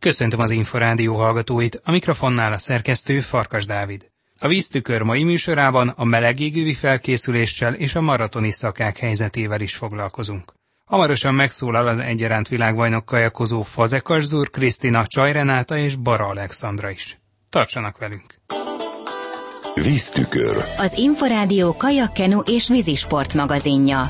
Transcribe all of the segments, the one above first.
Köszöntöm az Inforádió hallgatóit, a mikrofonnál a szerkesztő Farkas Dávid. A Víztükör mai műsorában a meleg égővi felkészüléssel és a maratoni szakák helyzetével is foglalkozunk. Hamarosan megszólal az egyaránt világbajnok kajakozó Fazekas Zur Krisztina, Csaj Renáta és Bara Alexandra is. Tartsanak velünk! Víztükör. Az Inforádió kajak-kenu és vízisport magazinja.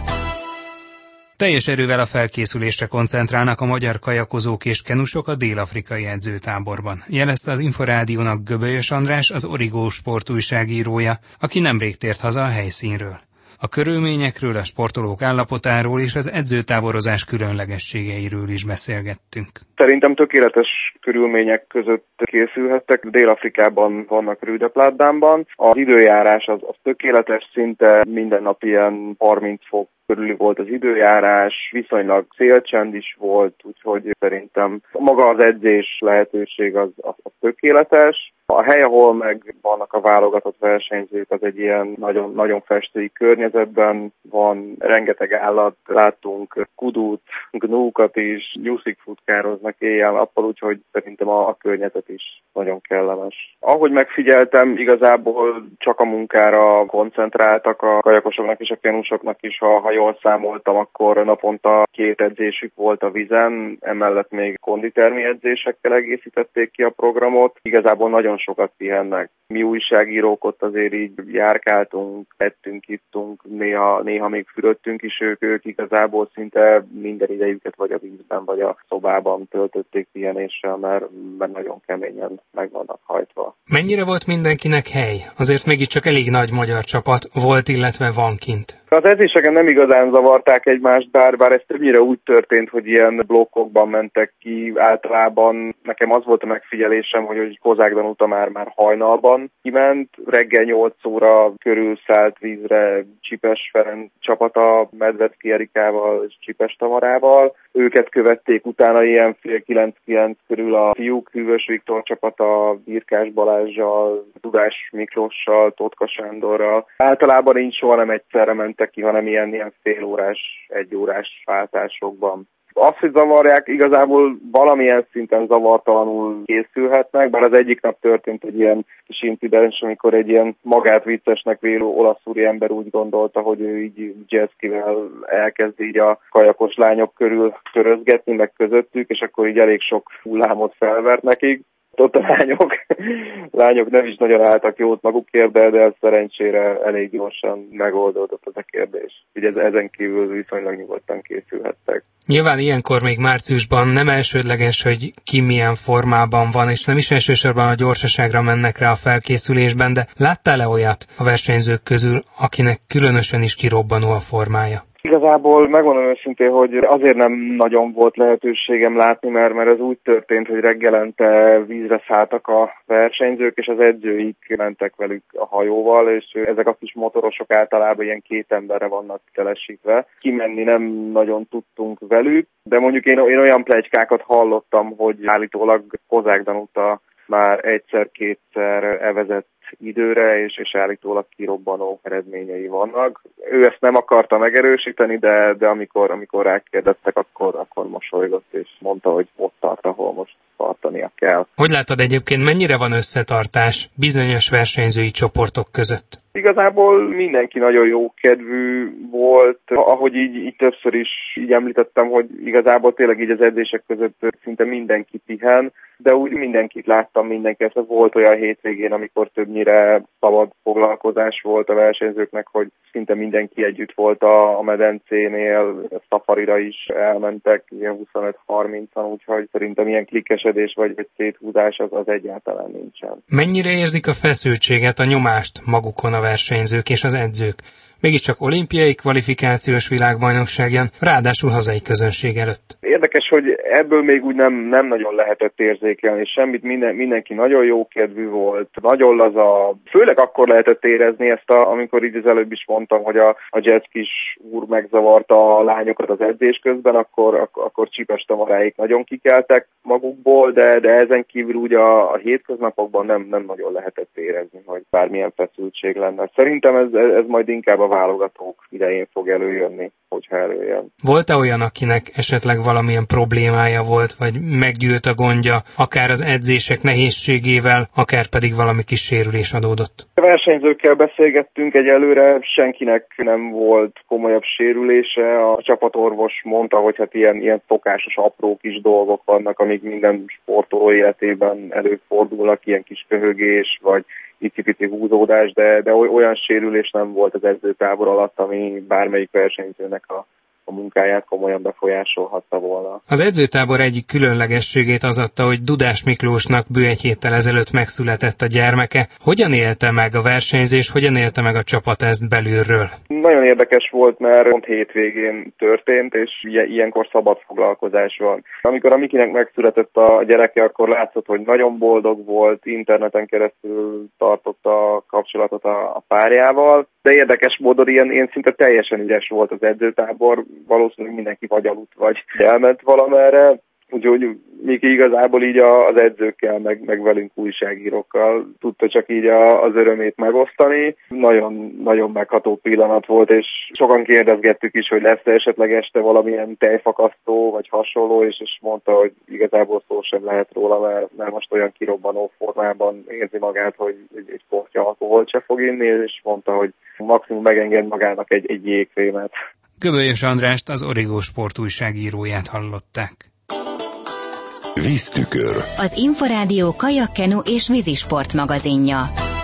Teljes erővel a felkészülésre koncentrálnak a magyar kajakozók és kenusok a dél-afrikai edzőtáborban, jelezte az Inforádiónak Göbölyös András, az Origo Sport újságírója, aki nemrég tért haza a helyszínről. A körülményekről, a sportolók állapotáról és az edzőtáborozás különlegességeiről is beszélgettünk. Szerintem tökéletes körülmények között készülhettek. Dél-Afrikában vannak Rüdeplátdánban. Az időjárás az tökéletes, szinte minden nap ilyen 30 fok körül volt az időjárás, viszonylag szélcsend is volt, úgyhogy szerintem maga az edzés lehetőség az tökéletes. A hely, ahol meg vannak a válogatott versenyzők, az egy ilyen nagyon, nagyon festői környezetben van, rengeteg állat, láttunk kudút, gnúkat is, nyuszik futkároznak éjjel-nappal, úgyhogy szerintem a környezet is nagyon kellemes. Ahogy megfigyeltem, igazából csak a munkára koncentráltak a kajakosoknak és a kenusoknak is, ha jól számoltam, akkor naponta 2 edzésük volt a vízen, emellett még konditermi edzésekkel egészítették ki a programot. Igazából nagyon sokat pihennek. Mi újságírók ott azért így járkáltunk, ettünk, ittunk, néha még fürödtünk is, ők igazából szinte minden idejüket vagy a vízben, vagy a szobában töltötték pihenéssel, mert nagyon keményen meg vannak hajtva. Mennyire volt mindenkinek hely? Azért mégiscsak elég nagy magyar csapat volt, illetve van kint. Az edzéseken nem igazán zavarták egymást, bár ez többnyire úgy történt, hogy ilyen blokkokban mentek ki. Általában nekem az volt a megfigyelésem, hogy Kozák Danuta már hajnalban kiment, reggel 8 óra körül szállt vízre Csipes Ferenc csapata Medvecki Erikával és Csipes Tamarával. Őket követték utána ilyen fél 9 körül a fiúk, Hűvös Viktor csapata Birkás Balázssal, Dudás Miklóssal, Totka Sándorral. Általában így soha nem egyszerre mentek ki, hanem ilyen fél órás, 1 órás váltásokban. Azt, hogy zavarják, igazából valamilyen szinten zavartalanul készülhetnek, bár az egyik nap történt egy ilyen kis incidens, amikor egy ilyen magát viccesnek vélő olasz úriember úgy gondolta, hogy ő így jazzkivel elkezd így a kajakos lányok körül körözgetni, meg közöttük, és akkor így elég sok hullámot felvert nekik. Ott a lányok nem is nagyon álltak jót magukért, de szerencsére elég gyorsan megoldódott az a kérdés. Ugye ezen kívül viszonylag nyugodtan készülhettek. Nyilván ilyenkor még márciusban nem elsődleges, hogy ki milyen formában van, és nem is elsősorban a gyorsaságra mennek rá a felkészülésben, de láttál-e olyat a versenyzők közül, akinek különösen is kirobbanó a formája? Igazából megmondom őszintén, hogy azért nem nagyon volt lehetőségem látni, mert ez úgy történt, hogy reggelente vízre szálltak a versenyzők, és az edzőik mentek velük a hajóval, és ezek a kis motorosok általában ilyen 2 emberre vannak telesítve. Kimenni nem nagyon tudtunk velük, de mondjuk én olyan pletykákat hallottam, hogy állítólag Kozák Danuta már egyszer-kétszer evezett időre, és állítólag kirobbanó eredményei vannak. Ő ezt nem akarta megerősíteni, de amikor rákérdeztek, akkor mosolygott, és mondta, hogy ott tart, ahol most tartania kell. Hogy látod egyébként, mennyire van összetartás bizonyos versenyzői csoportok között? Igazából mindenki nagyon jó kedvű volt, ahogy így többször is így említettem, hogy igazából tényleg így az edzések között szinte mindenki pihen, de úgy mindenkit láttam, mindenki. Volt olyan hétvégén, amikor többnyire szabad foglalkozás volt a versenyzőknek, hogy szinte mindenki együtt volt a medencénél, a szafarira is elmentek, ilyen 25-30-an, úgyhogy szerintem ilyen klikkesedés vagy széthúzás az egyáltalán nincsen. Mennyire érzik a feszültséget, a nyomást magukon a versenyzők és az edzők? Mégiscsak olimpiai kvalifikációs világbajnokság jön, ráadásul hazai közönség előtt. Érdekes, hogy ebből még úgy nem nagyon lehetett érzékelni semmit, mindenki nagyon jókedvű volt, nagyon laza, főleg akkor lehetett érezni ezt, amikor így az előbb is mondtam, hogy a jazzkis úr megzavarta a lányokat az edzés közben, akkor Csipes Tamaráik nagyon kikeltek magukból, de ezen kívül úgy a hétköznapokban nem nagyon lehetett érezni, hogy bármilyen feszültség lenne. Szerintem ez majd inkább a válogatók idején fog előjönni, hogyha előjön. Volt-e olyan, akinek esetleg valamilyen problémája volt, vagy meggyűlt a gondja, akár az edzések nehézségével, akár pedig valami kis sérülés adódott? A versenyzőkkel beszélgettünk, egyelőre senkinek nem volt komolyabb sérülése. A csapatorvos mondta, hogy hát ilyen szokásos apró kis dolgok vannak, amik minden sportoló életében előfordulnak, ilyen kis köhögés, vagy icipici húzódás, de olyan sérülés nem volt az edzőtábor alatt, ami bármelyik versenyzőnek a munkáját komolyan befolyásolhatta volna. Az edzőtábor egyik különlegességét az adta, hogy Dudás Miklósnak bő egy héttel ezelőtt megszületett a gyermeke. Hogyan élte meg a versenyzés, hogyan élte meg a csapat ezt belülről? Nagyon érdekes volt, mert pont hétvégén történt, és ilyenkor szabad foglalkozás van. Amikor a Mikinek megszületett a gyereke, akkor látszott, hogy nagyon boldog volt, interneten keresztül tartotta a kapcsolatot a párjával, de érdekes módon ilyen szinte teljesen üres volt az edzőtábor, valószínűleg mindenki vagy aludt, vagy elment valamerre, úgyhogy Miki igazából így az edzőkkel, meg velünk újságírókkal tudta csak így az örömét megosztani. Nagyon, nagyon megható pillanat volt, és sokan kérdezgettük is, hogy lesz esetleg este valamilyen tejfakasztó, vagy hasonló, és mondta, hogy igazából szó sem lehet róla, mert most olyan kirobbanó formában érzi magát, hogy egy portja alkoholt se fog inni, és mondta, hogy maximum megenged magának egy jégkrémet. Göbölyös Andrást, az Origo Sport újságíróját hallották. Víztükör. Az Inforádió kajakkenu és vízisport magazinja.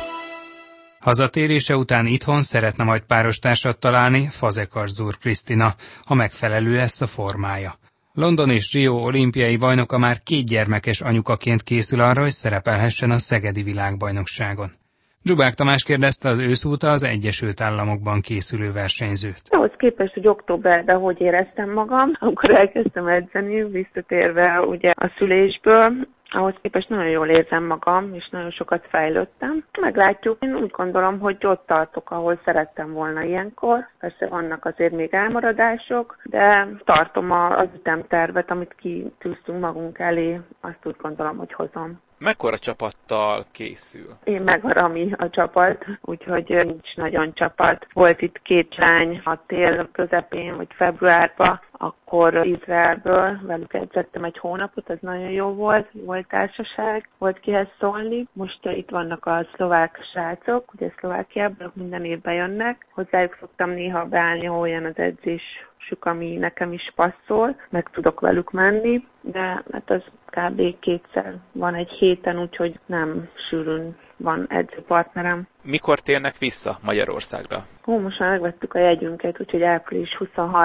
Hazatérése után itthon szeretne majd párostársat találni Fazekas Zúr Krisztina, ha megfelelő lesz a formája. London és Rio olimpiai bajnoka már 2 gyermekes anyukaként készül arra, hogy szerepelhessen a szegedi világbajnokságon. Zsubák Tamás kérdezte az őszóta az Egyesült Államokban készülő versenyzőt. Ahhoz képest, hogy októberben hogy éreztem magam, amikor elkezdtem edzeni, visszatérve ugye a szülésből, ahhoz képest nagyon jól érzem magam, és nagyon sokat fejlődtem. Meglátjuk. Én úgy gondolom, hogy ott tartok, ahol szerettem volna ilyenkor. Persze vannak azért még elmaradások, de tartom az ütemtervet, amit kitűztünk magunk elé, azt úgy gondolom, hogy hozom. Mekkora csapattal készül? Én megarami a csapat, úgyhogy nincs nagyon csapat. Volt itt 2 lány a tél közepén, vagy februárban, akkor Izraelből, velük edzettem egy hónapot, ez nagyon jó volt társaság, volt kihez szólni. Most itt vannak a szlovák srácok, ugye Szlovákiából minden évben jönnek. Hozzájuk szoktam néha beállni, ha olyan az edzésük, ami nekem is passzol, meg tudok velük menni, de hát az kb. 2-szer van egy héten, úgyhogy nem sűrűn van edzőpartnerem. Mikor térnek vissza Magyarországra? Most már megvettük a jegyünket, úgyhogy április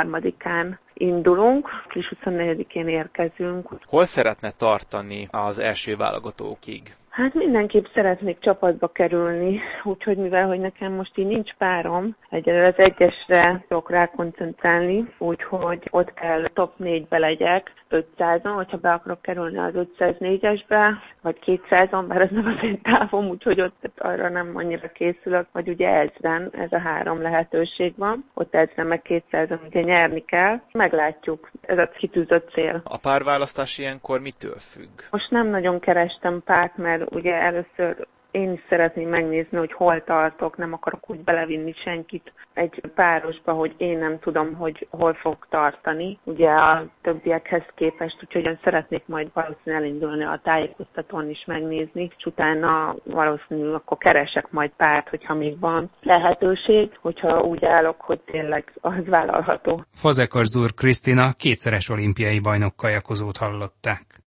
23-án indulunk, április 24-én érkezünk. Hol szeretne tartani az első válogatókig? Hát mindenképp szeretnék csapatba kerülni, úgyhogy mivel, hogy nekem most így nincs párom, egyelőre az egyesre tudok rá koncentrálni, úgyhogy ott kell top 4-be legyek, 500-on, hogyha be akarok kerülni az 504-esbe, vagy 200-on, bár ez nem az én távom, úgyhogy ott arra nem annyira készülök, vagy ugye ezren, ez a 3 lehetőség van, ott ezren meg 200-on ugye nyerni kell, meglátjuk, ez a kitűzött cél. A párválasztás ilyenkor mitől függ? Most nem nagyon kerestem párt, mert ugye először én is szeretném megnézni, hogy hol tartok, nem akarok úgy belevinni senkit egy párosba, hogy én nem tudom, hogy hol fog tartani, ugye a többiekhez képest, úgyhogy szeretnék majd valószínűleg elindulni a tájékoztatón is megnézni, és utána valószínűleg akkor keresek majd párt, hogyha még van lehetőség, hogyha úgy állok, hogy tényleg az vállalható. Fazekas Zúr Krisztina 2-szeres olimpiai bajnok kajakozót hallották.